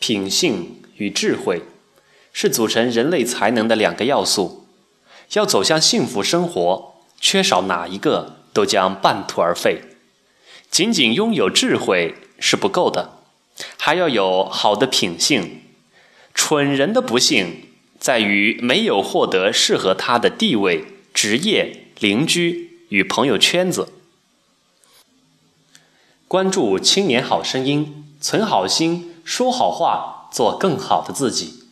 品性与智慧是组成人类才能的两个要素。要走向幸福生活，缺少哪一个都将半途而废。仅仅拥有智慧是不够的，还要有好的品性。蠢人的不幸在于没有获得适合他的地位、职业、邻居与朋友圈子。关注青年好声音，存好心，说好话，做更好的自己。